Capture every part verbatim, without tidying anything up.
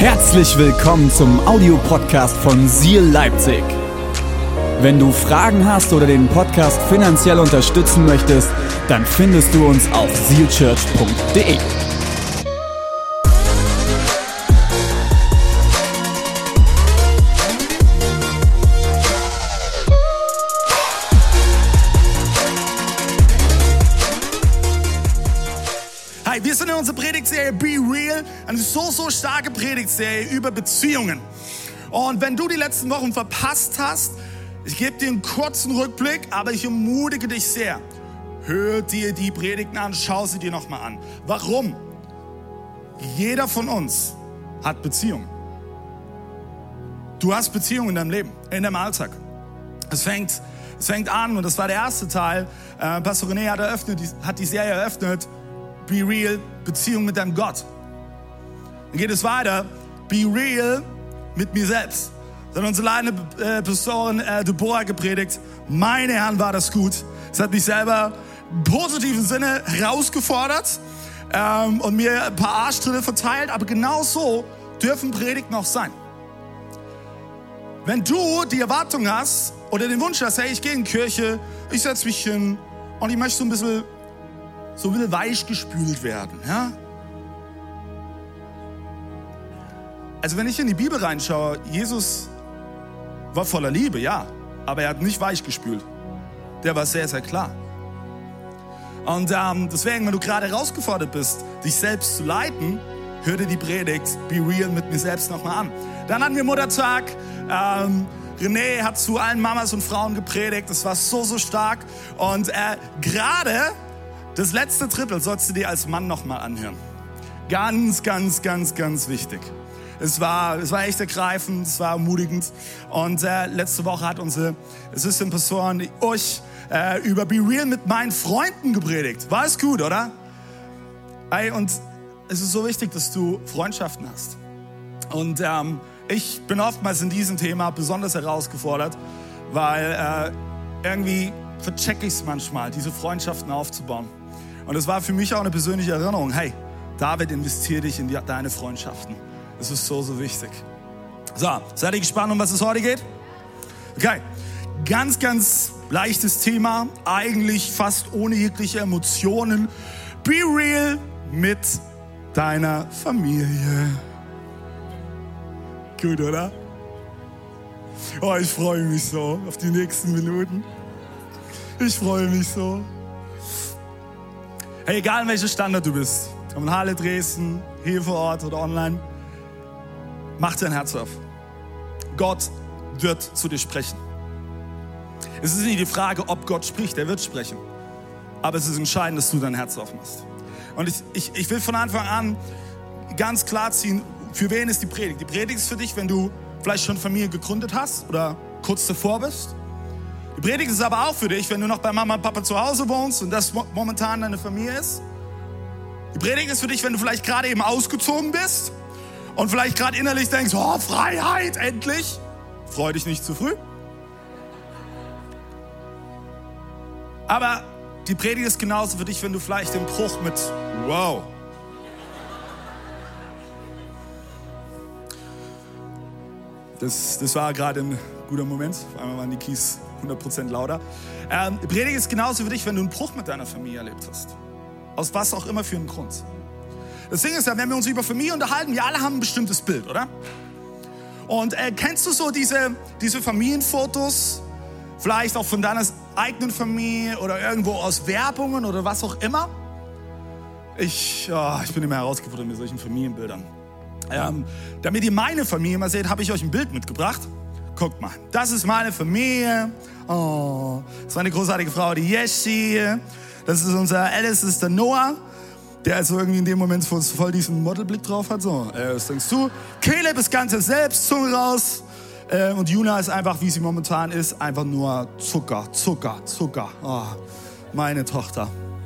Herzlich willkommen zum Audiopodcast von Seal Leipzig. Wenn du Fragen hast oder den Podcast finanziell unterstützen möchtest, dann findest du uns auf seal church punkt de. Hi, wir sind in unserer Predigtserie Be Real, eine so, so starke Predigtserie über Beziehungen. Und wenn du die letzten Wochen verpasst hast, ich gebe dir einen kurzen Rückblick, aber ich ermutige dich sehr. Hör dir die Predigten an, schau sie dir nochmal an. Warum? Jeder von uns hat Beziehungen. Du hast Beziehungen in deinem Leben, in deinem Alltag. Es fängt, es fängt an, und das war der erste Teil, äh, Pastor René hat, eröffnet, hat die Serie eröffnet, Be Real, Beziehung mit deinem Gott. Dann geht es weiter, Be Real mit mir selbst. Dann hat unsere leitende äh, Pastorin äh, Deborah gepredigt, meine Herren, war das gut. Es hat mich selber im positiven Sinne herausgefordert ähm, und mir ein paar Arschtritte verteilt, aber genau so dürfen Predigten auch sein. Wenn du die Erwartung hast oder den Wunsch hast, hey, ich gehe in die Kirche, ich setze mich hin und ich möchte so ein bisschen so ein bisschen weich gespült werden, ja? Also wenn ich in die Bibel reinschaue, Jesus war voller Liebe, ja, aber er hat nicht weich gespült. Der war sehr, sehr klar. Und ähm, deswegen, wenn du gerade herausgefordert bist, dich selbst zu leiten, hör dir die Predigt Be Real mit mir selbst nochmal an. Dann hatten wir Muttertag. Ähm, René hat zu allen Mamas und Frauen gepredigt. Das war so, so stark. Und äh, gerade das letzte Drittel sollst du dir als Mann nochmal anhören. Ganz, ganz, ganz, ganz wichtig. Es war, es war echt ergreifend, es war ermutigend. Und äh, letzte Woche hat unsere Assistant-Pastorin euch äh, über Be Real mit meinen Freunden gepredigt. War es gut, oder? Hey, und es ist so wichtig, dass du Freundschaften hast. Und ähm, ich bin oftmals in diesem Thema besonders herausgefordert, weil äh, irgendwie verchecke ich es manchmal, diese Freundschaften aufzubauen. Und es war für mich auch eine persönliche Erinnerung. Hey, David, investier dich in die, deine Freundschaften. Das ist so, so wichtig. So, seid ihr gespannt, um was es heute geht? Okay, ganz, ganz leichtes Thema. Eigentlich fast ohne jegliche Emotionen. Be real mit deiner Familie. Gut, oder? Oh, ich freue mich so auf die nächsten Minuten. Ich freue mich so. Hey, egal in welchem Standort du bist, in Halle, Dresden, hier vor Ort oder online, mach dein Herz auf. Gott wird zu dir sprechen. Es ist nicht die Frage, ob Gott spricht, er wird sprechen. Aber es ist entscheidend, dass du dein Herz aufmachst. Und ich, ich, ich will von Anfang an ganz klar ziehen, für wen ist die Predigt? Die Predigt ist für dich, wenn du vielleicht schon Familie gegründet hast oder kurz davor bist. Die Predigt ist aber auch für dich, wenn du noch bei Mama und Papa zu Hause wohnst und das momentan deine Familie ist. Die Predigt ist für dich, wenn du vielleicht gerade eben ausgezogen bist und vielleicht gerade innerlich denkst, oh, Freiheit, endlich. Freu dich nicht zu früh. Aber die Predigt ist genauso für dich, wenn du vielleicht den Bruch mit wow. Das, das war gerade ein guter Moment. Auf einmal waren die Keys hundert Prozent lauter. Ähm, die Predigt ist genauso für dich, wenn du einen Bruch mit deiner Familie erlebt hast. Aus was auch immer für einen Grund. Das Ding ist ja, wenn wir uns über Familie unterhalten, wir alle haben ein bestimmtes Bild, oder? Und äh, kennst du so diese, diese Familienfotos, vielleicht auch von deiner eigenen Familie oder irgendwo aus Werbungen oder was auch immer? Ich, oh, ich bin immer herausgefordert mit solchen Familienbildern. Ähm, damit ihr meine Familie mal seht, habe ich euch ein Bild mitgebracht. Guckt mal, das ist meine Familie. Oh, das war eine großartige Frau, die Jessie. Das ist unser Alice, das ist der Noah. Der also irgendwie in dem Moment voll diesen Modelblick drauf hat. So, äh, was denkst du? Caleb ist ganz selbst, Zunge raus. Äh, und Juna ist einfach, wie sie momentan ist, einfach nur Zucker, Zucker, Zucker. Oh, meine Tochter.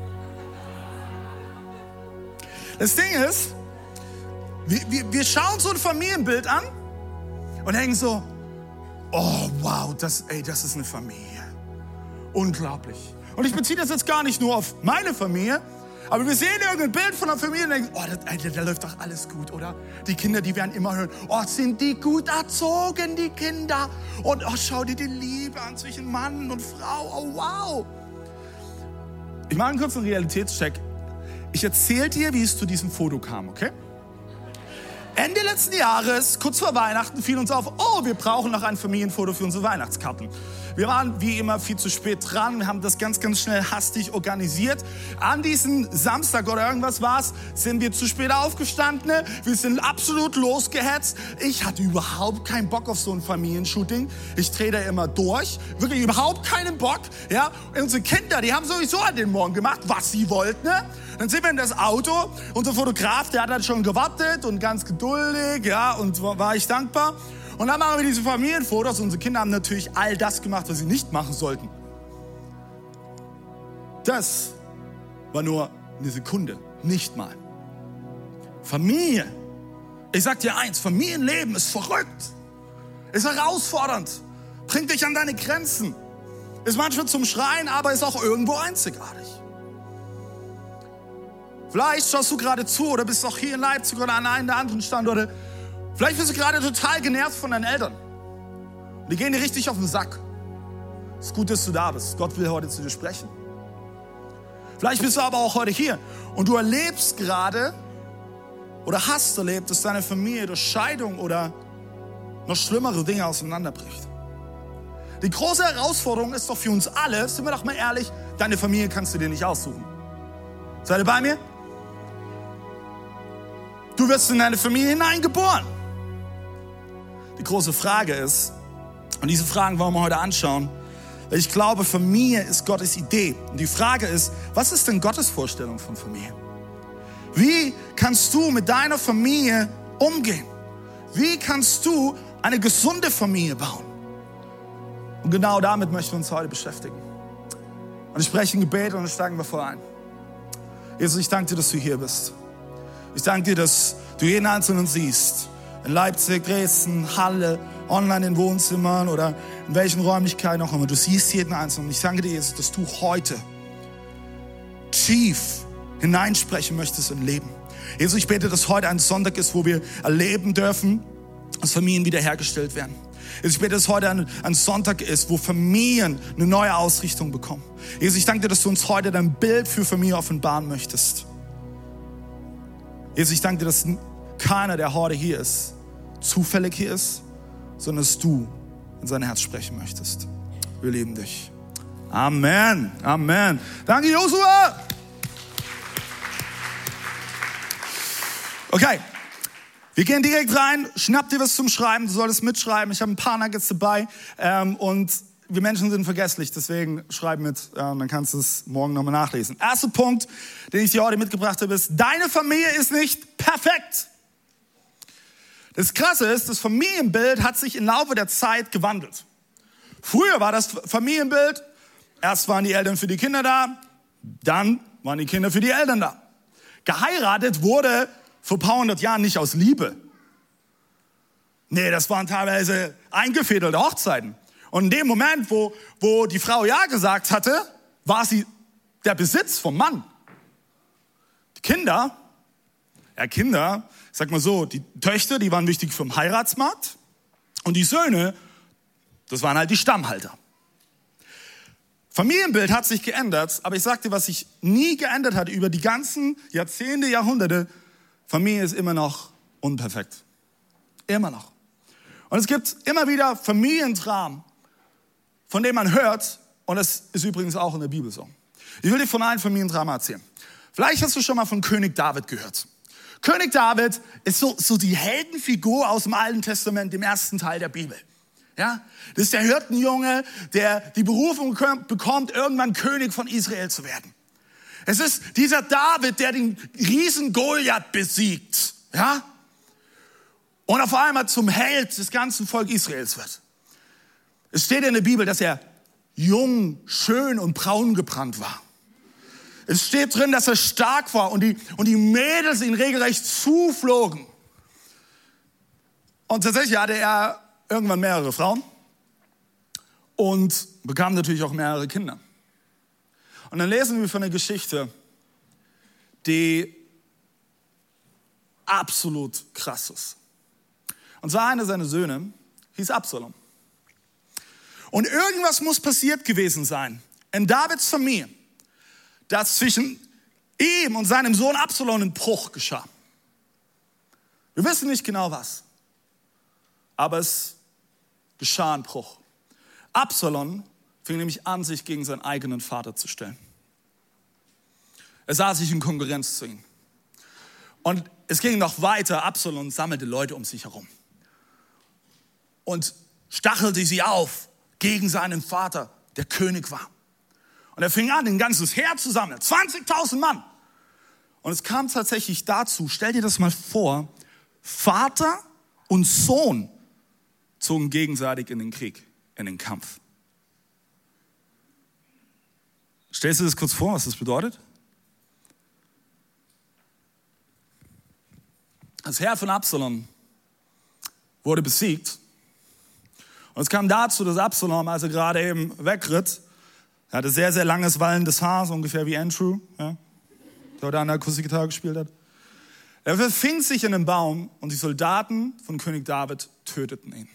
Das Ding ist, wir, wir, wir schauen so ein Familienbild an und denken so, oh wow, das, ey, das ist eine Familie. Unglaublich. Und ich beziehe das jetzt gar nicht nur auf meine Familie, Aber wir sehen irgendein Bild von einer Familie und denken, oh, da, da läuft doch alles gut, oder? Die Kinder, die werden immer hören, oh, sind die gut erzogen, die Kinder. Und oh, schau dir die Liebe an zwischen Mann und Frau, oh wow. Ich mache einen kurzen Realitätscheck. Ich erzähle dir, wie es zu diesem Foto kam, okay? Ende letzten Jahres, kurz vor Weihnachten, fiel uns auf, oh, wir brauchen noch ein Familienfoto für unsere Weihnachtskarten. Wir waren wie immer viel zu spät dran, wir haben das ganz, ganz schnell hastig organisiert. An diesem Samstag oder irgendwas war's, sind wir zu spät aufgestanden, wir sind absolut losgehetzt. Ich hatte überhaupt keinen Bock auf so ein Familienshooting. Ich drehe da immer durch, wirklich überhaupt keinen Bock. Ja? Und unsere Kinder, die haben sowieso an den Morgen gemacht, was sie wollten. Ne? Dann sind wir in das Auto, unser Fotograf, der hat dann schon gewartet und ganz geduldig, ja, und war ich dankbar. Und dann machen wir diese Familienfotos. Unsere Kinder haben natürlich all das gemacht, was sie nicht machen sollten. Das war nur eine Sekunde, nicht mal. Familie. Ich sag dir eins, Familienleben ist verrückt, ist herausfordernd, bringt dich an deine Grenzen, ist manchmal zum Schreien, aber ist auch irgendwo einzigartig. Vielleicht schaust du gerade zu oder bist auch hier in Leipzig oder an einem der anderen Standorte. Vielleicht bist du gerade total genervt von deinen Eltern. Die gehen dir richtig auf den Sack. Es ist gut, dass du da bist. Gott will heute zu dir sprechen. Vielleicht bist du aber auch heute hier und du erlebst gerade oder hast erlebt, dass deine Familie durch Scheidung oder noch schlimmere Dinge auseinanderbricht. Die große Herausforderung ist doch für uns alle, sind wir doch mal ehrlich, deine Familie kannst du dir nicht aussuchen. Seid ihr bei mir? Du wirst in deine Familie hineingeboren. Die große Frage ist, und diese Fragen wollen wir heute anschauen, weil ich glaube, Familie ist Gottes Idee. Und die Frage ist, was ist denn Gottes Vorstellung von Familie? Wie kannst du mit deiner Familie umgehen? Wie kannst du eine gesunde Familie bauen? Und genau damit möchten wir uns heute beschäftigen. Und ich spreche ein Gebet und dann steigen wir vor ein. Jesus, ich danke dir, dass du hier bist. Ich danke dir, dass du jeden Einzelnen siehst. In Leipzig, Dresden, Halle, online in Wohnzimmern oder in welchen Räumlichkeiten auch immer. Du siehst jeden Einzelnen. Ich danke dir, Jesus, dass du heute tief hineinsprechen möchtest im Leben. Jesus, ich bete, dass heute ein Sonntag ist, wo wir erleben dürfen, dass Familien wiederhergestellt werden. Jesus, ich bete, dass heute ein, ein Sonntag ist, wo Familien eine neue Ausrichtung bekommen. Jesus, ich danke dir, dass du uns heute dein Bild für Familie offenbaren möchtest. Jesus, ich danke dir, dass keiner, der heute hier ist, zufällig hier ist, sondern dass du in sein Herz sprechen möchtest. Wir lieben dich. Amen. Amen. Danke, Josua. Okay. Wir gehen direkt rein, schnapp dir was zum Schreiben, du solltest mitschreiben. Ich habe ein paar Nuggets dabei ähm, und wir Menschen sind vergesslich, deswegen schreib mit, äh, dann kannst du es morgen nochmal nachlesen. Erster Punkt, den ich dir heute mitgebracht habe, ist, deine Familie ist nicht perfekt. Das Krasse ist, das Familienbild hat sich im Laufe der Zeit gewandelt. Früher war das Familienbild, erst waren die Eltern für die Kinder da, dann waren die Kinder für die Eltern da. Geheiratet wurde vor ein paar hundert Jahren nicht aus Liebe. Nee, das waren teilweise eingefädelte Hochzeiten. Und in dem Moment, wo, wo die Frau Ja gesagt hatte, war sie der Besitz vom Mann. Die Kinder, ja Kinder, ich sag mal so, die Töchter, die waren wichtig für den Heiratsmarkt. Und die Söhne, das waren halt die Stammhalter. Familienbild hat sich geändert, aber ich sag dir, was sich nie geändert hat über die ganzen Jahrzehnte, Jahrhunderte, Familie ist immer noch unperfekt. Immer noch. Und es gibt immer wieder Familiendramen, von denen man hört, und das ist übrigens auch in der Bibel so. Ich will dir von einem Familiendrama erzählen. Vielleicht hast du schon mal von König David gehört. König David ist so, so die Heldenfigur aus dem Alten Testament, dem ersten Teil der Bibel. Ja? Das ist der Hirtenjunge, der die Berufung bekommt, irgendwann König von Israel zu werden. Es ist dieser David, der den Riesen Goliath besiegt, ja? Und auf einmal zum Held des ganzen Volkes Israels wird. Es steht in der Bibel, dass er jung, schön und braun gebrannt war. Es steht drin, dass er stark war und die, und die Mädels ihn regelrecht zuflogen. Und tatsächlich hatte er irgendwann mehrere Frauen und bekam natürlich auch mehrere Kinder. Und dann lesen wir von der Geschichte, die absolut krass ist. Und zwar einer seiner Söhne hieß Absalom. Und irgendwas muss passiert gewesen sein in Davids Familie, dass zwischen ihm und seinem Sohn Absalom ein Bruch geschah. Wir wissen nicht genau was, aber es geschah ein Bruch. Absalom fing nämlich an, sich gegen seinen eigenen Vater zu stellen. Er sah sich in Konkurrenz zu ihm. Und es ging noch weiter. Absalom sammelte Leute um sich herum und stachelte sie auf gegen seinen Vater, der König war. Und er fing an, ein ganzes Heer zu sammeln, zwanzigtausend Mann. Und es kam tatsächlich dazu, stell dir das mal vor, Vater und Sohn zogen gegenseitig in den Krieg, in den Kampf. Stellst du dir das kurz vor, was das bedeutet? Das Heer von Absalom wurde besiegt. Und es kam dazu, dass Absalom, als er gerade eben wegritt, er hatte sehr, sehr langes, wallendes Haar, so ungefähr wie Andrew, ja, der da an der Akustikgitarre gespielt hat. Er verfing sich in einem Baum und die Soldaten von König David töteten ihn.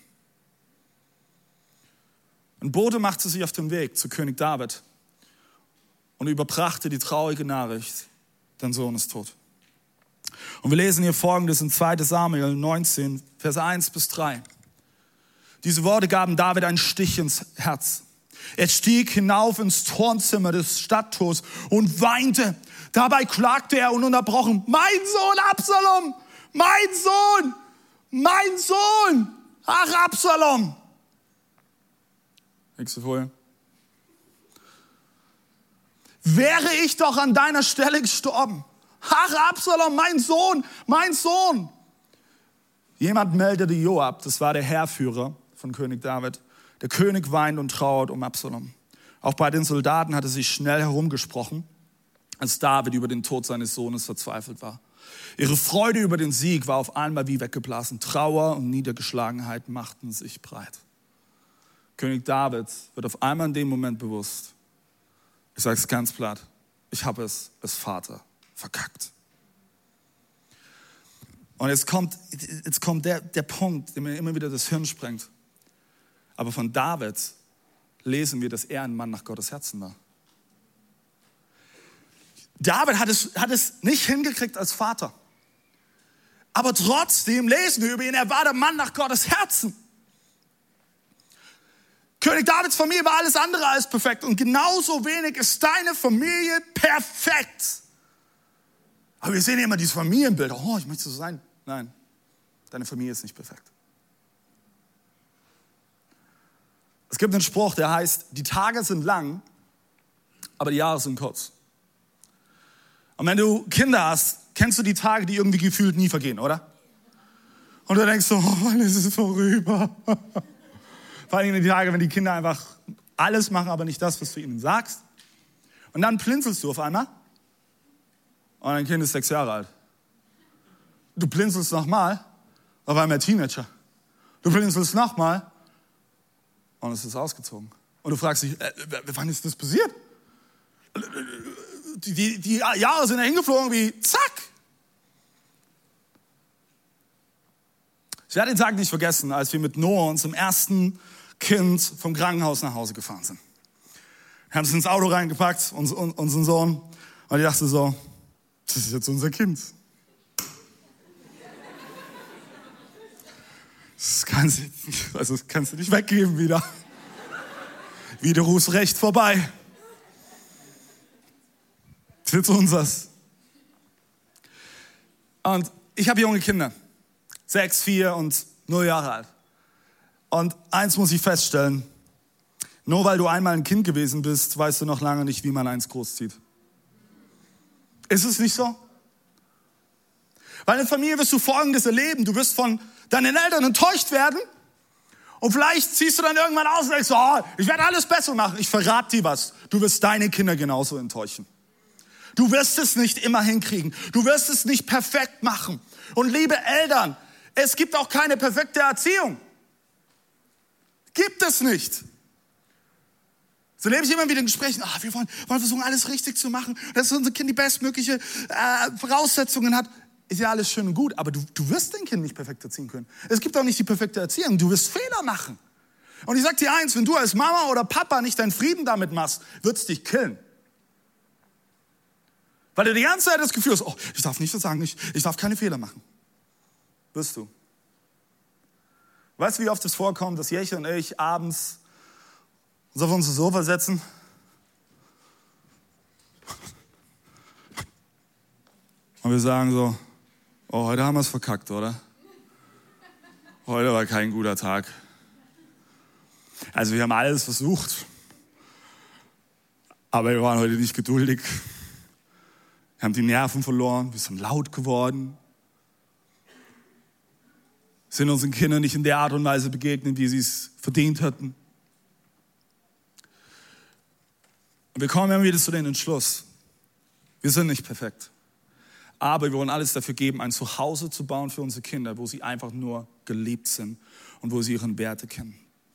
Ein Bote machte sich auf den Weg zu König David und überbrachte die traurige Nachricht, dein Sohn ist tot. Und wir lesen hier Folgendes in zweiter Samuel neunzehn, Verse eins bis drei. Diese Worte gaben David einen Stich ins Herz. Er stieg hinauf ins Turmzimmer des Stadttors und weinte. Dabei klagte er ununterbrochen, mein Sohn Absalom, mein Sohn, mein Sohn, ach Absalom. Nächste Folie. Wäre ich doch an deiner Stelle gestorben. Ach Absalom, mein Sohn, mein Sohn. Jemand meldete Joab, das war der Heerführer von König David. Der König weint und trauert um Absalom. Auch bei den Soldaten hatte sich schnell herumgesprochen, als David über den Tod seines Sohnes verzweifelt war. Ihre Freude über den Sieg war auf einmal wie weggeblasen. Trauer und Niedergeschlagenheit machten sich breit. König David wird auf einmal in dem Moment bewusst, ich sage es ganz platt, ich habe es als Vater verkackt. Und jetzt kommt, jetzt kommt der, der Punkt, der mir immer wieder das Hirn sprengt. Aber von David lesen wir, dass er ein Mann nach Gottes Herzen war. David hat es, hat es nicht hingekriegt als Vater. Aber trotzdem lesen wir über ihn, er war der Mann nach Gottes Herzen. König Davids Familie war alles andere als perfekt. Und genauso wenig ist deine Familie perfekt. Aber wir sehen immer dieses Familienbild. Oh, ich möchte so sein. Nein, deine Familie ist nicht perfekt. Es gibt einen Spruch, der heißt, die Tage sind lang, aber die Jahre sind kurz. Und wenn du Kinder hast, kennst du die Tage, die irgendwie gefühlt nie vergehen, oder? Und du denkst so, oh, wann ist es vorüber? Vor allem die Tage, wenn die Kinder einfach alles machen, aber nicht das, was du ihnen sagst. Und dann blinzelst du auf einmal und dein Kind ist sechs Jahre alt. Du blinzelst nochmal, auf einmal Teenager. Du blinzelst nochmal und es ist ausgezogen. Und du fragst dich, äh, wann ist das passiert? Die, die, die Jahre sind ja hingeflogen wie zack. Ich werde den Tag nicht vergessen, als wir mit Noah, unserem ersten Kind, vom Krankenhaus nach Hause gefahren sind. Wir haben es ins Auto reingepackt, uns, un, unseren Sohn. Und ich dachte so, das ist jetzt unser Kind. Das kannst, also das kannst du nicht weggeben wieder. Widerrufsrecht vorbei. Das ist jetzt unseres. Und ich habe junge Kinder. Sechs, vier und null Jahre alt. Und eins muss ich feststellen. Nur weil du einmal ein Kind gewesen bist, weißt du noch lange nicht, wie man eins großzieht. Ist es nicht so? Weil in der Familie wirst du Folgendes erleben. Du wirst von deinen Eltern enttäuscht werden. Und vielleicht ziehst du dann irgendwann aus und denkst, oh, ich werde alles besser machen. Ich verrate dir was. Du wirst deine Kinder genauso enttäuschen. Du wirst es nicht immer hinkriegen. Du wirst es nicht perfekt machen. Und liebe Eltern, es gibt auch keine perfekte Erziehung. Gibt es nicht. So lebe ich immer wieder in Gesprächen, ah, wir wollen, wollen versuchen, alles richtig zu machen, dass unser Kind die bestmögliche äh, Voraussetzungen hat. Ist ja alles schön und gut, aber du, du wirst dein Kind nicht perfekt erziehen können. Es gibt auch nicht die perfekte Erziehung, du wirst Fehler machen. Und ich sag dir eins, wenn du als Mama oder Papa nicht deinen Frieden damit machst, wird es dich killen. Weil du die ganze Zeit das Gefühl hast, oh, ich darf nicht versagen, ich, ich darf keine Fehler machen. Wirst du. Weißt du, wie oft es vorkommt, dass Jeche und ich abends uns auf unser Sofa setzen? Und wir sagen so, oh, heute haben wir es verkackt, oder? Heute war kein guter Tag. Also wir haben alles versucht, aber wir waren heute nicht geduldig. Wir haben die Nerven verloren, wir sind laut geworden. Sind unseren Kindern nicht in der Art und Weise begegnet, wie sie es verdient hatten. Und wir kommen immer wieder zu dem Entschluss, wir sind nicht perfekt. Aber wir wollen alles dafür geben, ein Zuhause zu bauen für unsere Kinder, wo sie einfach nur geliebt sind und wo sie ihren Werte kennen.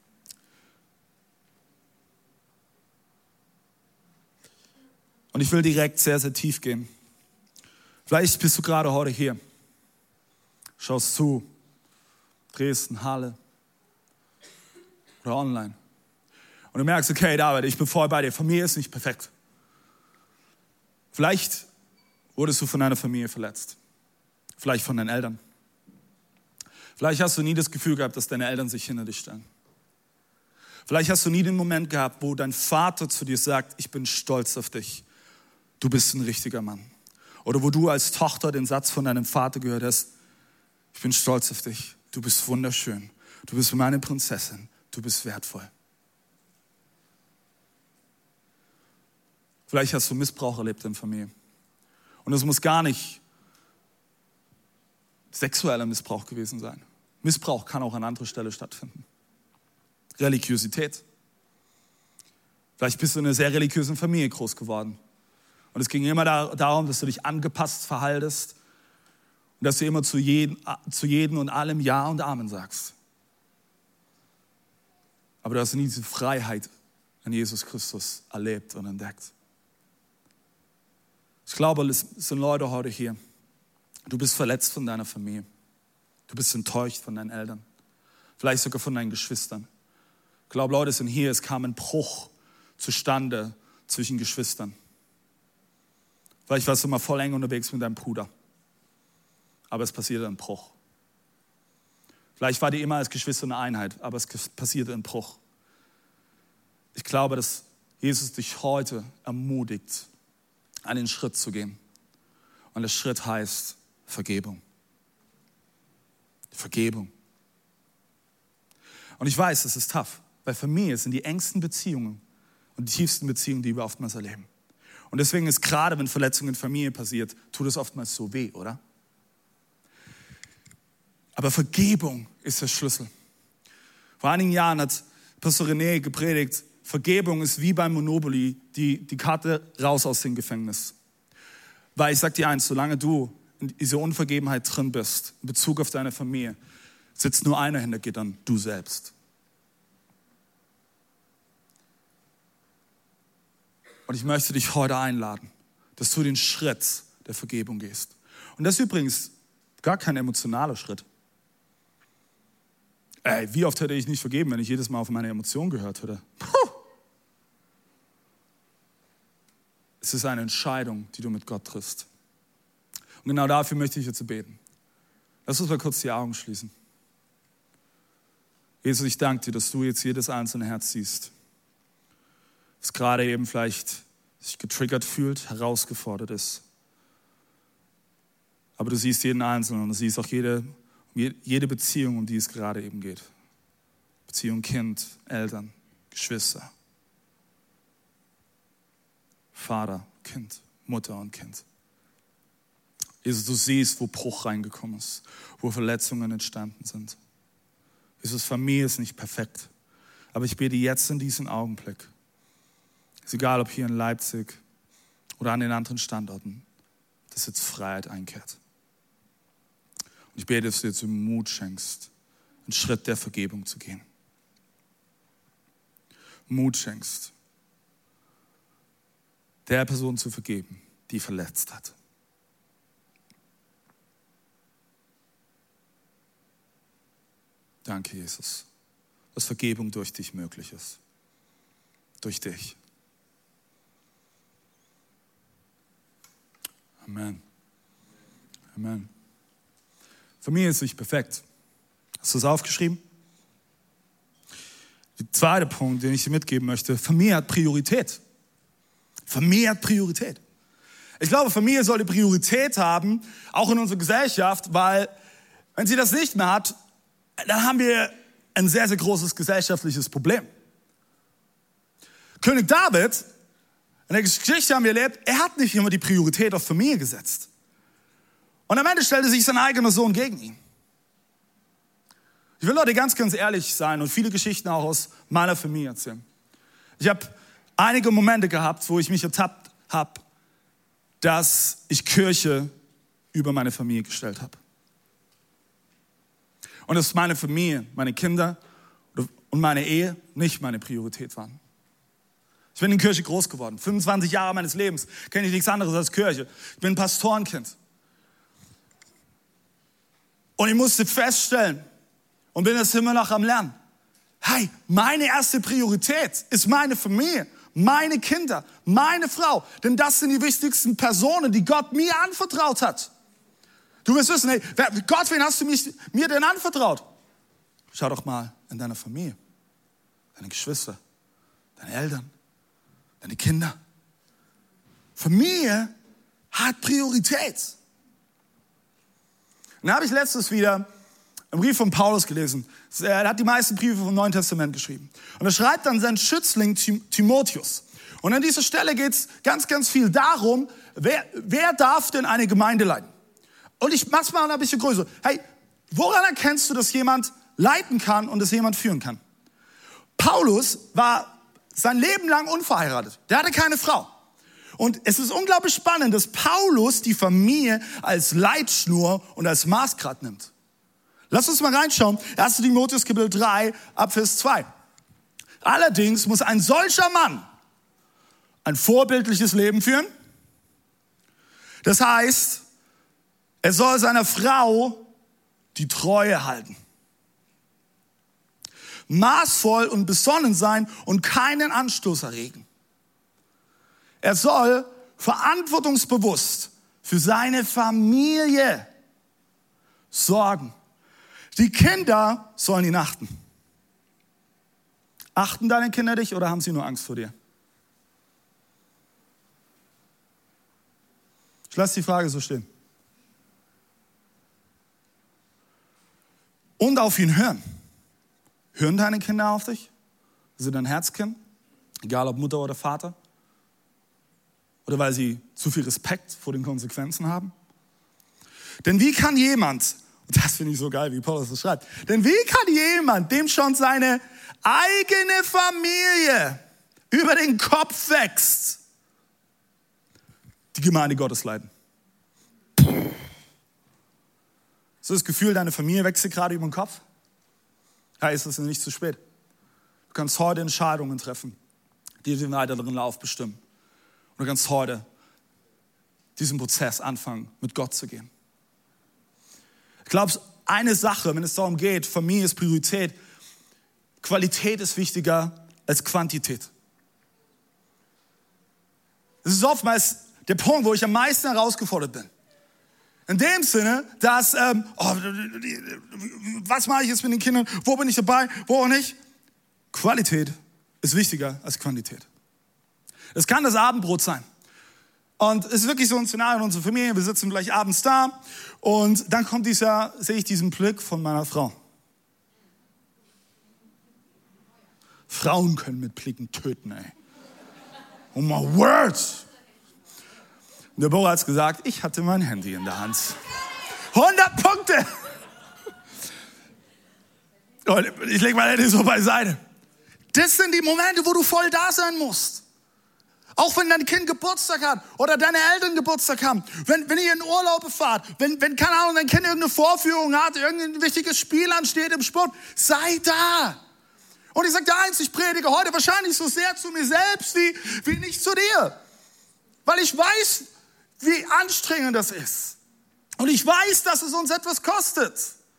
Und ich will direkt sehr, sehr tief gehen. Vielleicht bist du gerade heute hier, schaust zu, Dresden, Halle oder online. Und du merkst, okay, David, ich bin voll bei dir, Familie ist nicht perfekt. Vielleicht wurdest du von deiner Familie verletzt. Vielleicht von deinen Eltern. Vielleicht hast du nie das Gefühl gehabt, dass deine Eltern sich hinter dich stellen. Vielleicht hast du nie den Moment gehabt, wo dein Vater zu dir sagt, ich bin stolz auf dich. Du bist ein richtiger Mann. Oder wo du als Tochter den Satz von deinem Vater gehört hast, ich bin stolz auf dich. Du bist wunderschön. Du bist meine Prinzessin. Du bist wertvoll. Vielleicht hast du Missbrauch erlebt in der Familie. Und es muss gar nicht sexueller Missbrauch gewesen sein. Missbrauch kann auch an anderer Stelle stattfinden. Religiosität. Vielleicht bist du in einer sehr religiösen Familie groß geworden. Und es ging immer da, darum, dass du dich angepasst verhaltest und dass du immer zu jedem, zu jedem und allem Ja und Amen sagst. Aber du hast nie diese Freiheit an Jesus Christus erlebt und entdeckt. Ich glaube, es sind Leute heute hier. Du bist verletzt von deiner Familie. Du bist enttäuscht von deinen Eltern. Vielleicht sogar von deinen Geschwistern. Ich glaube, Leute sind hier, es kam ein Bruch zustande zwischen Geschwistern. Vielleicht warst du mal voll eng unterwegs mit deinem Bruder. Aber es passierte ein Bruch. Vielleicht war die immer als Geschwister eine Einheit, aber es passierte ein Bruch. Ich glaube, dass Jesus dich heute ermutigt, einen Schritt zu gehen. Und der Schritt heißt Vergebung. Vergebung. Und ich weiß, es ist tough, weil Familie sind die engsten Beziehungen und die tiefsten Beziehungen, die wir oftmals erleben. Und deswegen ist gerade, wenn Verletzungen in Familie passiert, tut es oftmals so weh, oder? Aber Vergebung ist der Schlüssel. Vor einigen Jahren hat Pastor René gepredigt, Vergebung ist wie beim Monopoly, die, die Karte raus aus dem Gefängnis. Weil ich sag dir eins, solange du in dieser Unvergebenheit drin bist, in Bezug auf deine Familie, sitzt nur einer hinter Gittern, du selbst. Und ich möchte dich heute einladen, dass du den Schritt der Vergebung gehst. Und das ist übrigens gar kein emotionaler Schritt. Ey, wie oft hätte ich nicht vergeben, wenn ich jedes Mal auf meine Emotionen gehört hätte? Puh. Es ist eine Entscheidung, die du mit Gott triffst. Und genau dafür möchte ich jetzt beten. Lass uns mal kurz die Augen schließen. Jesus, ich danke dir, dass du jetzt jedes einzelne Herz siehst. Das gerade eben vielleicht sich getriggert fühlt, herausgefordert ist. Aber du siehst jeden Einzelnen und du siehst auch jede, jede Beziehung, um die es gerade eben geht. Beziehung Kind, Eltern, Geschwister, Vater, Kind, Mutter und Kind. Jesus, du siehst, wo Bruch reingekommen ist, wo Verletzungen entstanden sind. Jesus, Familie ist nicht perfekt, aber ich bete jetzt in diesem Augenblick, ist egal, ob hier in Leipzig oder an den anderen Standorten, dass jetzt Freiheit einkehrt. Und ich bete, dass du jetzt Mut schenkst, einen Schritt der Vergebung zu gehen. Mut schenkst, der Person zu vergeben, die verletzt hat. Danke, Jesus, dass Vergebung durch dich möglich ist. Durch dich. Amen. Amen. Familie ist nicht perfekt. Hast du es aufgeschrieben? Der zweite Punkt, den ich dir mitgeben möchte, Familie hat Priorität. Familie hat Priorität. Ich glaube, Familie sollte Priorität haben, auch in unserer Gesellschaft, weil wenn sie das nicht mehr hat, dann haben wir ein sehr, sehr großes gesellschaftliches Problem. König David, in der Geschichte haben wir erlebt, er hat nicht immer die Priorität auf Familie gesetzt. Und am Ende stellte sich sein eigener Sohn gegen ihn. Ich will Leute ganz, ganz ehrlich sein und viele Geschichten auch aus meiner Familie erzählen. Ich habe einige Momente gehabt, wo ich mich ertappt habe, dass ich Kirche über meine Familie gestellt habe. Und dass meine Familie, meine Kinder und meine Ehe nicht meine Priorität waren. Ich bin in Kirche groß geworden. fünfundzwanzig Jahre meines Lebens kenne ich nichts anderes als Kirche. Ich bin ein Pastorenkind. Und ich musste feststellen und bin das immer noch am Lernen. Hey, meine erste Priorität ist meine Familie, meine Kinder, meine Frau. Denn das sind die wichtigsten Personen, die Gott mir anvertraut hat. Du wirst wissen, hey, Gott, wen hast du mich, mir denn anvertraut? Schau doch mal in deiner Familie, deine Geschwister, deine Eltern, deine Kinder. Familie hat Priorität. Und da habe ich letztes wieder einen Brief von Paulus gelesen. Er hat die meisten Briefe vom Neuen Testament geschrieben. Und er schreibt dann seinen Schützling Timotheus. Und an dieser Stelle geht es ganz, ganz viel darum, wer, wer darf denn eine Gemeinde leiten? Und ich mach's mal ein bisschen größer. Hey, woran erkennst du, dass jemand leiten kann und dass jemand führen kann? Paulus war sein Leben lang unverheiratet. Der hatte keine Frau. Und es ist unglaublich spannend, dass Paulus die Familie als Leitschnur und als Maßgrad nimmt. Lass uns mal reinschauen. erster Timotheus Kapitel drei, ab Vers zwei. Allerdings muss ein solcher Mann ein vorbildliches Leben führen. Das heißt, er soll seiner Frau die Treue halten. Maßvoll und besonnen sein und keinen Anstoß erregen. Er soll verantwortungsbewusst für seine Familie sorgen. Die Kinder sollen ihn achten. Achten deine Kinder dich oder haben sie nur Angst vor dir? Ich lasse die Frage so stehen. Und auf ihn hören. Hören deine Kinder auf dich? Sind dein Herzkind? Egal ob Mutter oder Vater? Oder weil sie zu viel Respekt vor den Konsequenzen haben? Denn wie kann jemand, und das finde ich so geil, wie Paulus das schreibt, denn wie kann jemand, dem schon seine eigene Familie über den Kopf wächst, die Gemeinde Gottes leiten? So das Gefühl, deine Familie wächst dir gerade über den Kopf? Ja, ist es nicht zu spät. Du kannst heute Entscheidungen treffen, die den weiteren Lauf bestimmen. Und du kannst heute diesen Prozess anfangen, mit Gott zu gehen. Ich glaube, eine Sache, wenn es darum geht, Familie ist Priorität, Qualität ist wichtiger als Quantität. Das ist oftmals der Punkt, wo ich am meisten herausgefordert bin. In dem Sinne, dass, ähm, oh, was mache ich jetzt mit den Kindern? Wo bin ich dabei? Wo auch nicht? Qualität ist wichtiger als Quantität. Es kann das Abendbrot sein. Und es ist wirklich so ein Szenario in unserer Familie. Wir sitzen gleich abends da und dann kommt dieser, sehe ich diesen Blick von meiner Frau. Frauen können mit Blicken töten, ey. Oh my word! Und der Bora hat gesagt, ich hatte mein Handy in der Hand. hundert Punkte! Und ich lege mein Handy so beiseite. Das sind die Momente, wo du voll da sein musst. Auch wenn dein Kind Geburtstag hat oder deine Eltern Geburtstag haben. Wenn, wenn ihr in Urlaub fahrt, wenn, wenn, keine Ahnung, dein Kind irgendeine Vorführung hat, irgendein wichtiges Spiel ansteht im Sport, sei da. Und ich sage dir eins, ich predige heute wahrscheinlich so sehr zu mir selbst wie, wie nicht zu dir. Weil ich weiß, wie anstrengend das ist. Und ich weiß, dass es uns etwas kostet.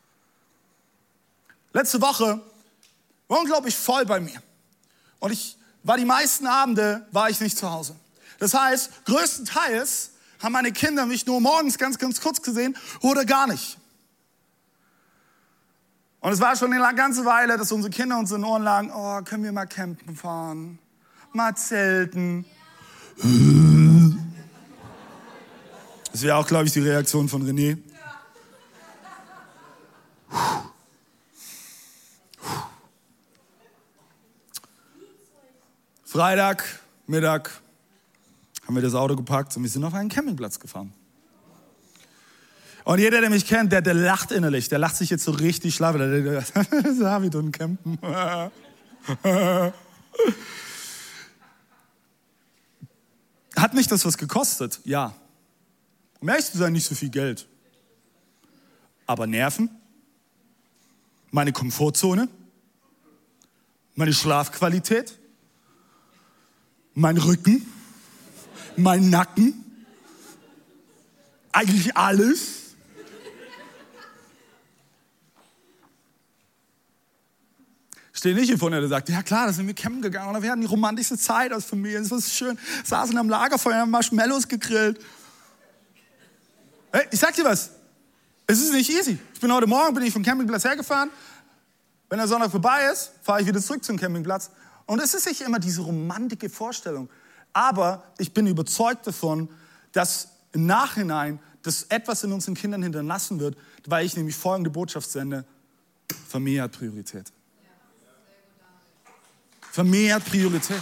Letzte Woche war unglaublich voll bei mir. Und ich war die meisten Abende, war ich nicht zu Hause. Das heißt, größtenteils haben meine Kinder mich nur morgens ganz, ganz kurz gesehen oder gar nicht. Und es war schon eine ganze Weile, dass unsere Kinder uns in den Ohren lagen, oh, können wir mal campen fahren, mal zelten. Das wäre auch, glaube ich, die Reaktion von René. Freitag, Mittag, haben wir das Auto gepackt und wir sind auf einen Campingplatz gefahren. Und jeder, der mich kennt, der, der lacht innerlich, der lacht sich jetzt so richtig schlaff. Der denkt, David und Campen. Hat mich das was gekostet? Ja. Um ehrlich zu sein, nicht so viel Geld. Aber Nerven, meine Komfortzone, meine Schlafqualität, mein Rücken, mein Nacken, eigentlich alles. Stehe nicht hier vorne, der sagt, ja klar, da sind wir campen gegangen und wir hatten die romantischste Zeit als Familie, es war schön, saßen am Lagerfeuer, haben Marshmallows gegrillt. Hey, ich sag dir was, es ist nicht easy. Ich bin heute Morgen, bin ich vom Campingplatz hergefahren, wenn der Sonntag vorbei ist, fahre ich wieder zurück zum Campingplatz und es ist nicht immer diese romantische Vorstellung, aber ich bin überzeugt davon, dass im Nachhinein das etwas in unseren Kindern hinterlassen wird, weil ich nämlich folgende Botschaft sende, Familie hat Priorität. Familie hat Priorität.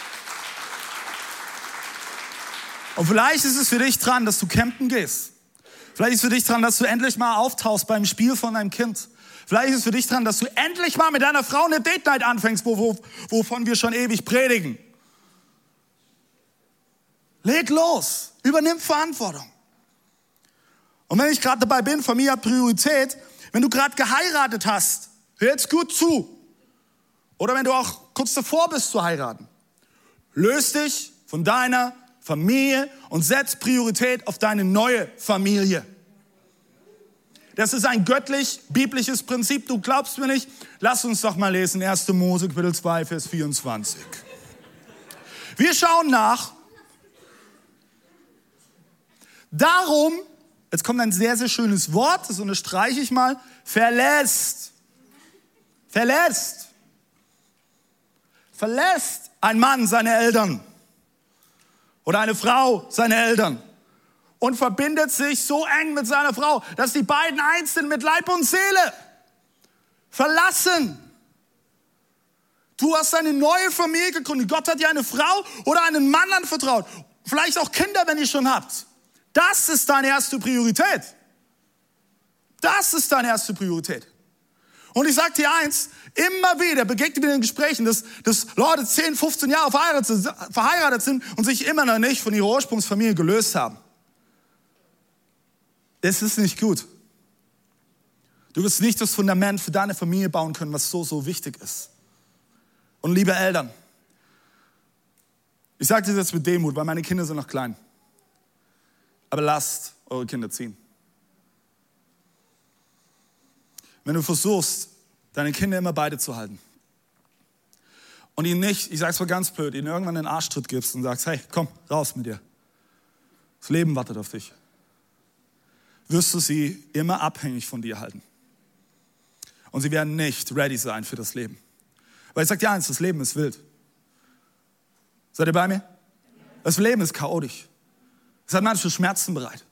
Und vielleicht ist es für dich dran, dass du campen gehst. Vielleicht ist es für dich dran, dass du endlich mal auftauchst beim Spiel von deinem Kind. Vielleicht ist es für dich dran, dass du endlich mal mit deiner Frau eine Date Night anfängst, wo, wo, wovon wir schon ewig predigen. Leg los, übernimm Verantwortung. Und wenn ich gerade dabei bin, Familie hat Priorität, wenn du gerade geheiratet hast, hör jetzt gut zu. Oder wenn du auch kurz davor bist zu heiraten, löst dich von deiner Familie und setz Priorität auf deine neue Familie. Das ist ein göttlich-biblisches Prinzip. Du glaubst mir nicht? Lass uns doch mal lesen, erster Mose, Kapitel zwei, Vers vierundzwanzig. Wir schauen nach. Darum, jetzt kommt ein sehr, sehr schönes Wort, das unterstreiche ich mal, verlässt. Verlässt. Verlässt ein Mann seine Eltern oder eine Frau seine Eltern und verbindet sich so eng mit seiner Frau, dass die beiden eins sind mit Leib und Seele. Verlassen. Du hast eine neue Familie gegründet. Gott hat dir eine Frau oder einen Mann anvertraut. Vielleicht auch Kinder, wenn ihr schon habt. Das ist deine erste Priorität. Das ist deine erste Priorität. Und ich sage dir eins, immer wieder begegnet mir in den Gesprächen, dass, dass Leute zehn, fünfzehn Jahre verheiratet, verheiratet sind und sich immer noch nicht von ihrer Ursprungsfamilie gelöst haben. Das ist nicht gut. Du wirst nicht das Fundament für deine Familie bauen können, was so, so wichtig ist. Und liebe Eltern, ich sage das jetzt mit Demut, weil meine Kinder sind noch klein. Aber lasst eure Kinder ziehen. Wenn du versuchst, deine Kinder immer beide zu halten und ihnen nicht, ich sag's mal ganz blöd, ihnen irgendwann einen Arschtritt gibst und sagst, hey, komm, raus mit dir. Das Leben wartet auf dich. Wirst du sie immer abhängig von dir halten. Und sie werden nicht ready sein für das Leben. Weil ich sag dir eins, das Leben ist wild. Seid ihr bei mir? Das Leben ist chaotisch. Es hat manche Schmerzen bereit.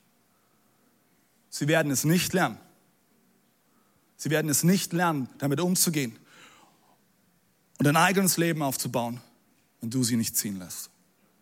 Sie werden es nicht lernen. Sie werden es nicht lernen, damit umzugehen und ein eigenes Leben aufzubauen, wenn du sie nicht ziehen lässt.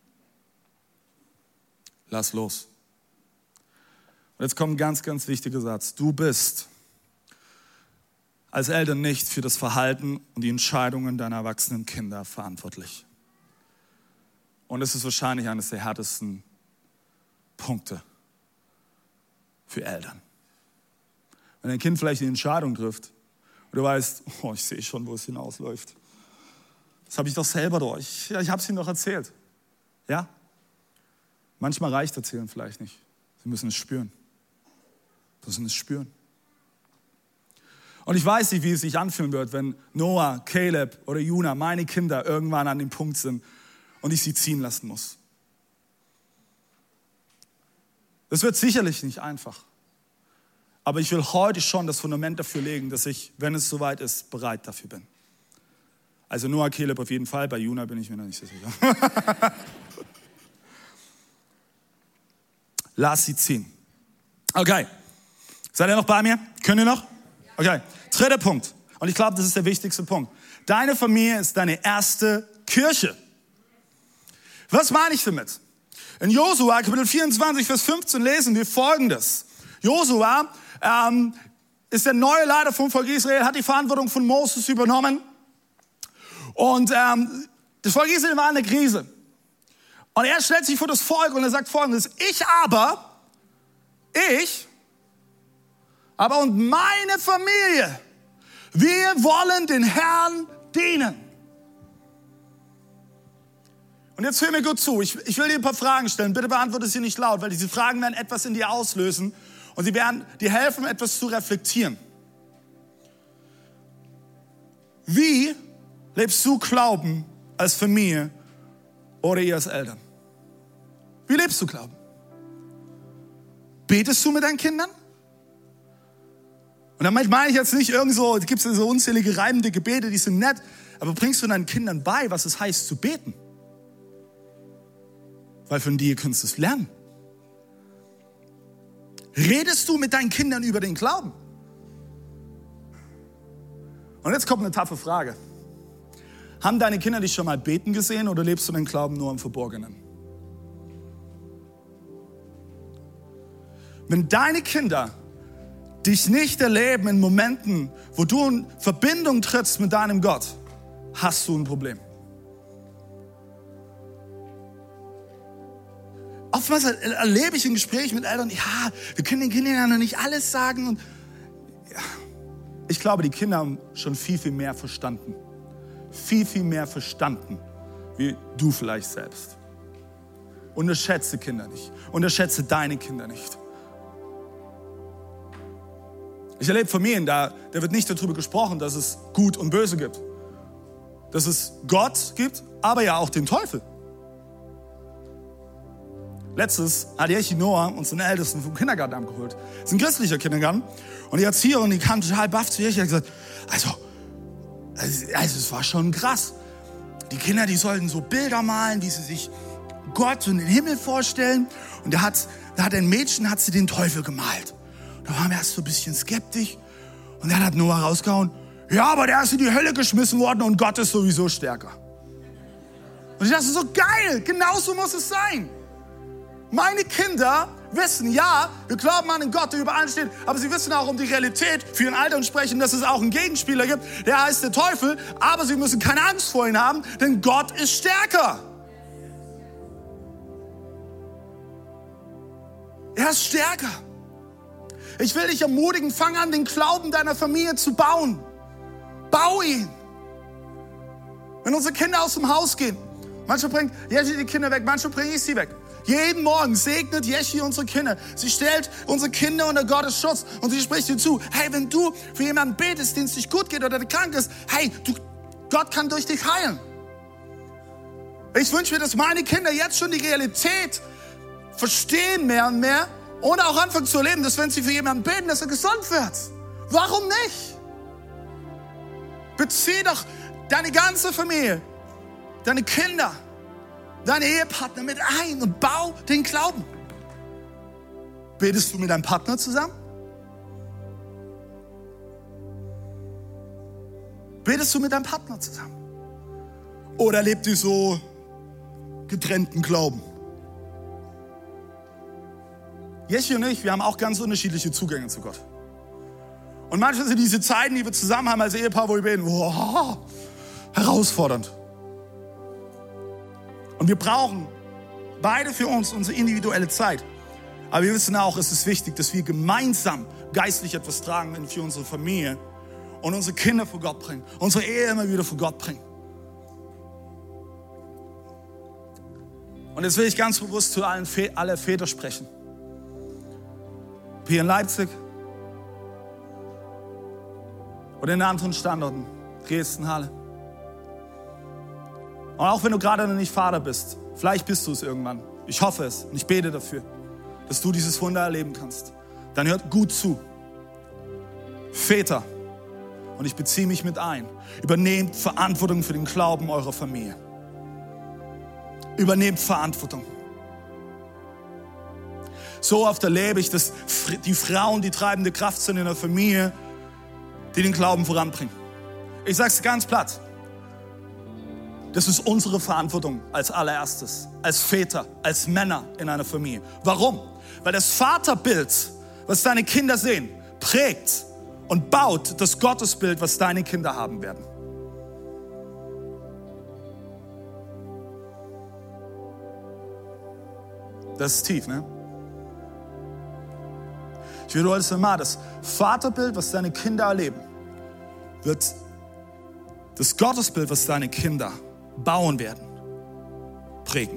Lass los. Und jetzt kommt ein ganz, ganz wichtiger Satz. Du bist als Eltern nicht für das Verhalten und die Entscheidungen deiner erwachsenen Kinder verantwortlich. Und es ist wahrscheinlich eines der härtesten Punkte für Eltern. Wenn ein Kind vielleicht eine Entscheidung trifft und du weißt, oh, ich sehe schon, wo es hinausläuft. Das habe ich doch selber durch. Ja, ich habe es ihm doch erzählt. Ja? Manchmal reicht Erzählen vielleicht nicht. Sie müssen es spüren. Sie müssen es spüren. Und ich weiß nicht, wie es sich anfühlen wird, wenn Noah, Caleb oder Juna, meine Kinder, irgendwann an dem Punkt sind und ich sie ziehen lassen muss. Das wird sicherlich nicht einfach. Aber ich will heute schon das Fundament dafür legen, dass ich, wenn es soweit ist, bereit dafür bin. Also Noah, Caleb auf jeden Fall, bei Juna bin ich mir noch nicht so sicher. Lass sie ziehen. Okay, seid ihr noch bei mir? Könnt ihr noch? Okay, dritter Punkt. Und ich glaube, das ist der wichtigste Punkt. Deine Familie ist deine erste Kirche. Was meine ich damit? In Josua, Kapitel vierundzwanzig, Vers fünfzehn lesen wir Folgendes. Josua ähm, ist der neue Leiter vom Volk Israel, hat die Verantwortung von Moses übernommen. Und ähm, das Volk Israel war in der Krise. Und er stellt sich vor das Volk und er sagt Folgendes: Ich aber, ich, aber und meine Familie, wir wollen den Herrn dienen. Und jetzt hör mir gut zu, ich, ich will dir ein paar Fragen stellen, bitte beantworte sie nicht laut, weil diese Fragen werden etwas in dir auslösen und sie werden dir helfen, etwas zu reflektieren. Wie lebst du Glauben als Familie oder ihr als Eltern? Wie lebst du Glauben? Betest du mit deinen Kindern? Und damit meine ich jetzt nicht irgend so, es gibt so unzählige reimende Gebete, die sind nett, aber bringst du deinen Kindern bei, was es heißt zu beten? Weil von dir kannst du es lernen. Redest du mit deinen Kindern über den Glauben? Und jetzt kommt eine taffe Frage. Haben deine Kinder dich schon mal beten gesehen oder lebst du den Glauben nur im Verborgenen? Wenn deine Kinder dich nicht erleben in Momenten, wo du in Verbindung trittst mit deinem Gott, hast du ein Problem. Oftmals erlebe ich in Gesprächen mit Eltern, ja, wir können den Kindern ja noch nicht alles sagen. Und ja, ich glaube, die Kinder haben schon viel, viel mehr verstanden. Viel, viel mehr verstanden, wie du vielleicht selbst. Unterschätze Kinder nicht. Unterschätze deine Kinder nicht. Ich erlebe Familien, da, da wird nicht darüber gesprochen, dass es Gut und Böse gibt. Dass es Gott gibt, aber ja auch den Teufel. Letztes hat Yechi Noah, unseren Ältesten, vom Kindergarten abgeholt. Das ist ein christlicher Kindergarten. Und die Erzieherin, die kam total baff zu Yechi und hat gesagt, also, also, also es war schon krass. Die Kinder, die sollten so Bilder malen, wie sie sich Gott und den Himmel vorstellen. Und da hat, da hat ein Mädchen, hat sie den Teufel gemalt. Da waren wir erst so ein bisschen skeptisch. Und dann hat Noah rausgehauen, ja, aber der ist in die Hölle geschmissen worden und Gott ist sowieso stärker. Und ich dachte so, geil, genau so muss es sein. Meine Kinder wissen, ja, wir glauben an einen Gott, der über allen steht, aber sie wissen auch um die Realität für ihren Alter und sprechen, dass es auch einen Gegenspieler gibt, der heißt der Teufel, aber sie müssen keine Angst vor ihm haben, denn Gott ist stärker. Er ist stärker. Ich will dich ermutigen, fang an, den Glauben deiner Familie zu bauen. Bau ihn. Wenn unsere Kinder aus dem Haus gehen, manchmal bringt Yechi die Kinder weg, manchmal bringe ich sie weg. Jeden Morgen segnet Yechi unsere Kinder. Sie stellt unsere Kinder unter Gottes Schutz und sie spricht ihnen zu, hey, wenn du für jemanden betest, dem es nicht gut geht oder der krank ist, hey, du, Gott kann durch dich heilen. Ich wünsche mir, dass meine Kinder jetzt schon die Realität verstehen mehr und mehr und auch anfangen zu erleben, dass wenn sie für jemanden beten, dass er gesund wird. Warum nicht? Bezieh doch deine ganze Familie, deine Kinder, deine Ehepartner mit ein und bau den Glauben. Betest du mit deinem Partner zusammen? Betest du mit deinem Partner zusammen? Oder lebt ihr so getrennten Glauben? Yechi und ich, wir haben auch ganz unterschiedliche Zugänge zu Gott. Und manchmal sind diese Zeiten, die wir zusammen haben als Ehepaar, wo wir beten, wow, herausfordernd. Und wir brauchen beide für uns unsere individuelle Zeit. Aber wir wissen auch, es ist wichtig, dass wir gemeinsam geistlich etwas tragen für unsere Familie und unsere Kinder vor Gott bringen, unsere Ehe immer wieder vor Gott bringen. Und jetzt will ich ganz bewusst zu allen Vä- alle Väter sprechen. Hier in Leipzig oder in anderen Standorten, Dresden, Halle. Und auch wenn du gerade noch nicht Vater bist, vielleicht bist du es irgendwann. Ich hoffe es und ich bete dafür, dass du dieses Wunder erleben kannst. Dann hört gut zu. Väter, und ich beziehe mich mit ein, übernehmt Verantwortung für den Glauben eurer Familie. Übernehmt Verantwortung. So oft erlebe ich, dass die Frauen die treibende Kraft sind in der Familie, die den Glauben voranbringen. Ich sage es ganz platt. Das ist unsere Verantwortung als allererstes, als Väter, als Männer in einer Familie. Warum? Weil das Vaterbild, was deine Kinder sehen, prägt und baut das Gottesbild, was deine Kinder haben werden. Das ist tief, ne? Ich wiederhole es mal, das Vaterbild, was deine Kinder erleben, wird das Gottesbild, was deine Kinder bauen werden, prägen.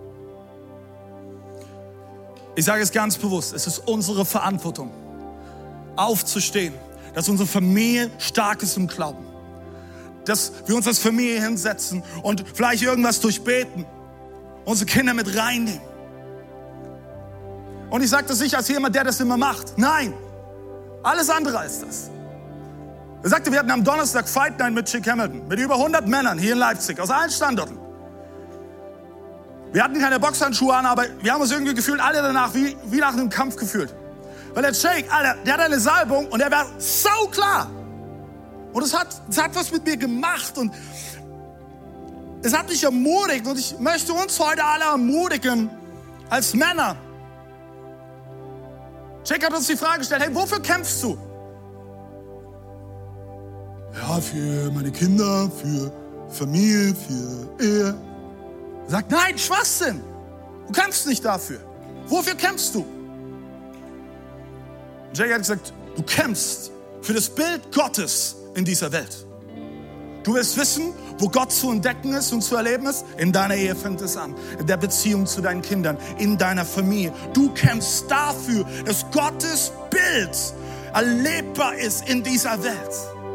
Ich sage es ganz bewusst, es ist unsere Verantwortung, aufzustehen, dass unsere Familie stark ist im Glauben. Dass wir uns als Familie hinsetzen und vielleicht irgendwas durchbeten, unsere Kinder mit reinnehmen. Und ich sage das nicht als jemand, der das immer macht. Nein, alles andere als das. Er sagte, wir hatten am Donnerstag Fight Night mit Chick Hamilton, mit über hundert Männern hier in Leipzig, aus allen Standorten. Wir hatten keine Boxhandschuhe an, aber wir haben uns irgendwie gefühlt, alle danach wie, wie nach einem Kampf gefühlt. Weil der Jake, Alter, der hat eine Salbung und der war sauklar. Und es hat, es hat was mit mir gemacht und es hat mich ermutigt. Und ich möchte uns heute alle ermutigen, als Männer. Jake hat uns die Frage gestellt, hey, wofür kämpfst du? Ja, für meine Kinder, für Familie, für Ehe. Er sagt, nein, Schwachsinn. Du kämpfst nicht dafür. Wofür kämpfst du? Jake hat gesagt, du kämpfst für das Bild Gottes in dieser Welt. Du willst wissen, wo Gott zu entdecken ist und zu erleben ist? In deiner Ehe fängt es an, in der Beziehung zu deinen Kindern, in deiner Familie. Du kämpfst dafür, dass Gottes Bild erlebbar ist in dieser Welt.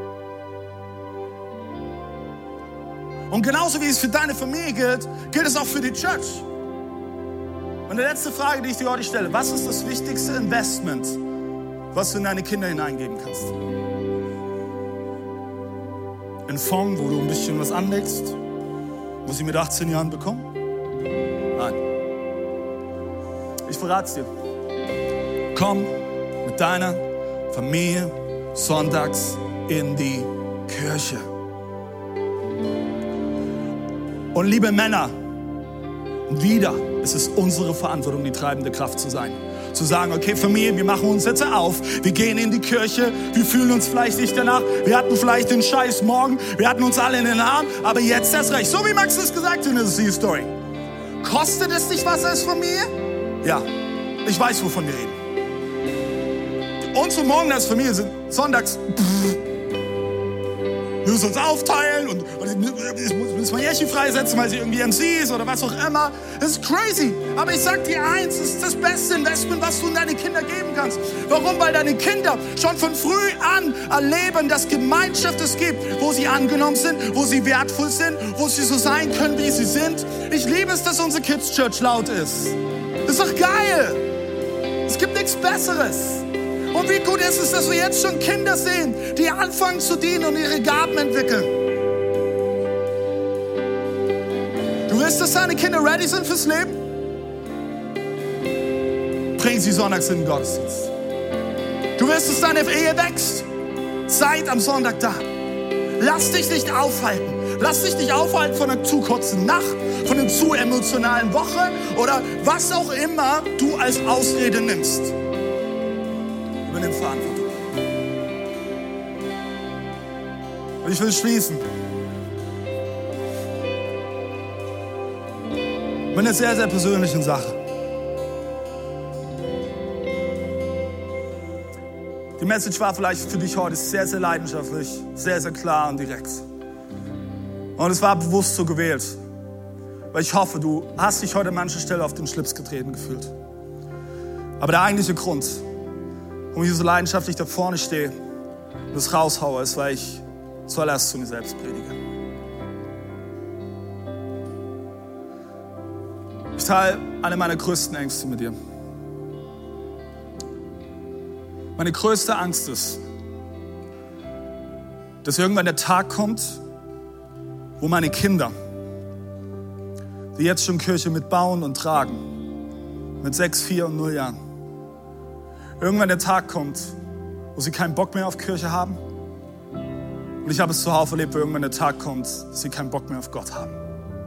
Und genauso wie es für deine Familie gilt, gilt es auch für die Church. Und die letzte Frage, die ich dir heute stelle, was ist das wichtigste Investment, was du in deine Kinder hineingeben kannst? Ein Fonds, wo du ein bisschen was anlegst, wo sie mit achtzehn Jahren bekommen? Nein. Ich verrate es dir. Komm mit deiner Familie sonntags in die Kirche. Und liebe Männer, wieder ist es unsere Verantwortung, die treibende Kraft zu sein. Zu sagen, okay, Familie, wir machen uns jetzt auf, wir gehen in die Kirche, wir fühlen uns vielleicht nicht danach, wir hatten vielleicht den Scheiß morgen, wir hatten uns alle in den Armen, aber jetzt erst recht. So wie Max es gesagt hat in der Sea-Story. Kostet es dich was als Familie? Ja, ich weiß, wovon wir reden. Unsere Morgen als Familie sind sonntags, pff, wir müssen uns aufteilen und, und müssen mal Jährchen freisetzen, weil sie irgendwie M C ist oder was auch immer. Das ist crazy. Aber ich sag dir eins, das ist das beste Investment, was du in deine Kinder geben kannst. Warum? Weil deine Kinder schon von früh an erleben, dass Gemeinschaft es gibt, wo sie angenommen sind, wo sie wertvoll sind, wo sie so sein können, wie sie sind. Ich liebe es, dass unsere Kids Church laut ist. Das ist doch geil. Es gibt nichts Besseres. Und wie gut ist es, dass wir jetzt schon Kinder sehen, die anfangen zu dienen und ihre Gaben entwickeln. Du willst, dass deine Kinder ready sind fürs Leben? Bring sie sonntags in den Gottesdienst. Du willst, dass deine Ehe wächst? Seid am Sonntag da. Lass dich nicht aufhalten. Lass dich nicht aufhalten von einer zu kurzen Nacht, von einer zu emotionalen Woche oder was auch immer du als Ausrede nimmst. Übernimm Verantwortung. Und ich will schließen mit einer sehr, sehr persönlichen Sache. Die Message war vielleicht für dich heute sehr, sehr leidenschaftlich, sehr, sehr klar und direkt. Und es war bewusst so gewählt. weil ich hoffe, du hast dich heute an mancher Stelle auf den Schlips getreten gefühlt. Aber der eigentliche Grund, warum ich so leidenschaftlich da vorne stehe und das raushaue, ist, weil ich zuallererst zu mir selbst predige. Ich teile eine meiner größten Ängste mit dir. Meine größte Angst ist, dass irgendwann der Tag kommt, wo meine Kinder, die jetzt schon Kirche mitbauen und tragen, mit sechs, vier und null Jahren, irgendwann der Tag kommt, wo sie keinen Bock mehr auf Kirche haben. Und ich habe es zuhauf erlebt, wo irgendwann der Tag kommt, dass sie keinen Bock mehr auf Gott haben.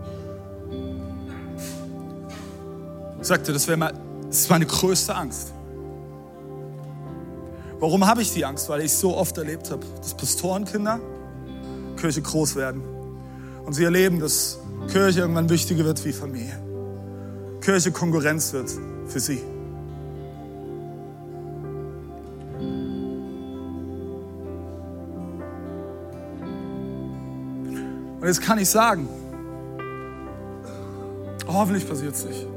Ich sagte, das wäre mal, das ist meine größte Angst. Warum habe ich die Angst? Weil ich so oft erlebt habe, dass Pastorenkinder Kirche groß werden. Und sie erleben, dass Kirche irgendwann wichtiger wird wie Familie. Kirche Konkurrenz wird für sie. Und jetzt kann ich sagen, hoffentlich passiert es nicht.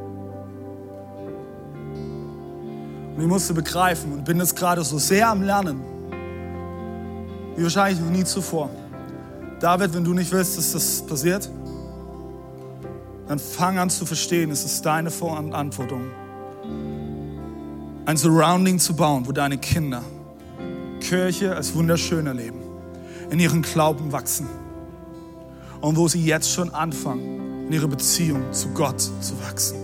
Und ich musste begreifen und bin jetzt gerade so sehr am Lernen, wie wahrscheinlich noch nie zuvor. David, wenn du nicht willst, dass das passiert, dann fang an zu verstehen, es ist deine Verantwortung, ein Surrounding zu bauen, wo deine Kinder Kirche als wunderschön erleben, in ihren Glauben wachsen und wo sie jetzt schon anfangen, in ihrer Beziehung zu Gott zu wachsen.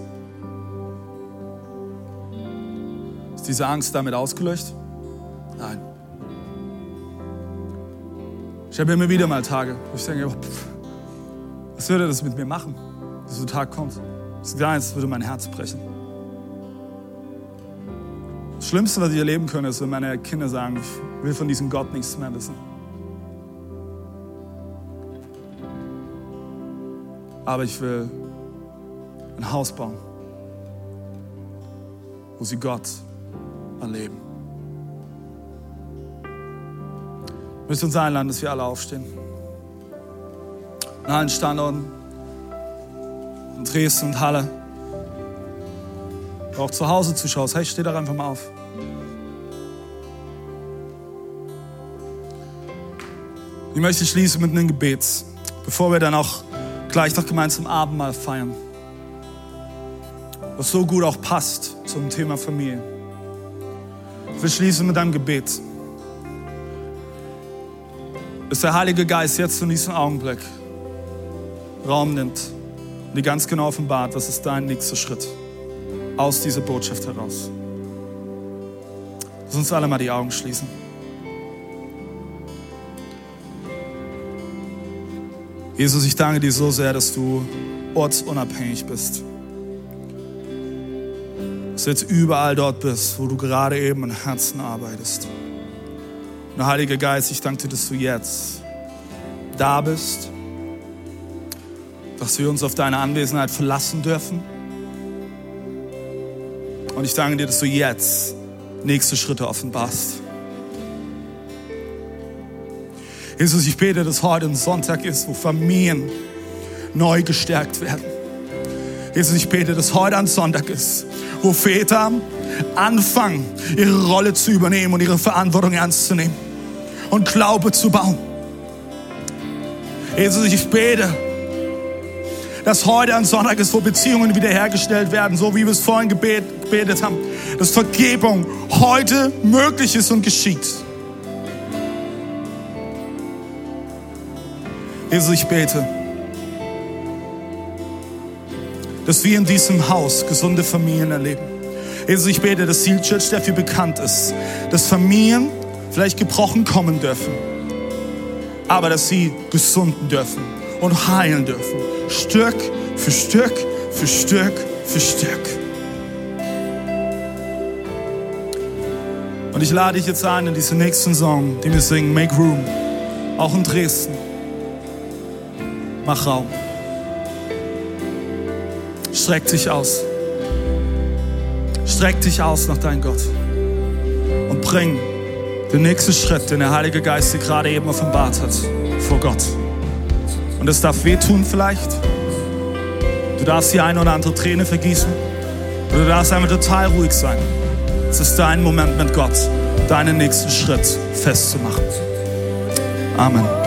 Ist diese Angst damit ausgelöscht? Nein. Ich habe immer wieder mal Tage, wo ich denke, was würde das mit mir machen, dass so ein Tag kommt? Das Ganze würde mein Herz brechen. Das Schlimmste, was ich erleben könnte, ist, wenn meine Kinder sagen, ich will von diesem Gott nichts mehr wissen. Aber ich will ein Haus bauen, wo sie Gott erleben. Ich möchte uns einladen, dass wir alle aufstehen. An allen Standorten, in Dresden und Halle. Auch zu Hause zuschaust, hey, steh doch einfach mal auf. Ich möchte schließen mit einem Gebet, bevor wir dann auch gleich noch gemeinsam Abendmahl feiern. Was so gut auch passt zum Thema Familie. Wir schließen mit einem Gebet. Dass der Heilige Geist jetzt in diesem Augenblick Raum nimmt und dir ganz genau offenbart, was ist dein nächster Schritt aus dieser Botschaft heraus. Lass uns alle mal die Augen schließen. Jesus, ich danke dir so sehr, dass du ortsunabhängig bist. Dass du jetzt überall dort bist, wo du gerade eben im Herzen arbeitest. Und Heiliger Geist, ich danke dir, dass du jetzt da bist, dass wir uns auf deine Anwesenheit verlassen dürfen. Und ich danke dir, dass du jetzt nächste Schritte offenbarst. Jesus, ich bete, dass heute ein Sonntag ist, wo Familien neu gestärkt werden. Jesus, ich bete, dass heute ein Sonntag ist, wo Väter anfangen, ihre Rolle zu übernehmen und ihre Verantwortung ernst zu nehmen und Glaube zu bauen. Jesus, ich bete, dass heute ein Sonntag ist, wo Beziehungen wiederhergestellt werden, so wie wir es vorhin gebet, gebetet haben, dass Vergebung heute möglich ist und geschieht. Jesus, ich bete, dass wir in diesem Haus gesunde Familien erleben. Jesus, ich bete, dass Seal Church dafür bekannt ist, dass Familien vielleicht gebrochen kommen dürfen, aber dass sie gesunden dürfen und heilen dürfen. Stück für Stück, für Stück, für Stück. Und ich lade dich jetzt ein in diesen nächsten Song, den wir singen, Make Room, auch in Dresden. Mach Raum. Streck dich aus. Streck dich aus nach deinem Gott. Und bring den nächsten Schritt, den der Heilige Geist dir gerade eben offenbart hat, vor Gott. Und es darf wehtun vielleicht. Du darfst die eine oder andere Träne vergießen. Oder du darfst einfach total ruhig sein. Es ist dein Moment mit Gott, deinen nächsten Schritt festzumachen. Amen.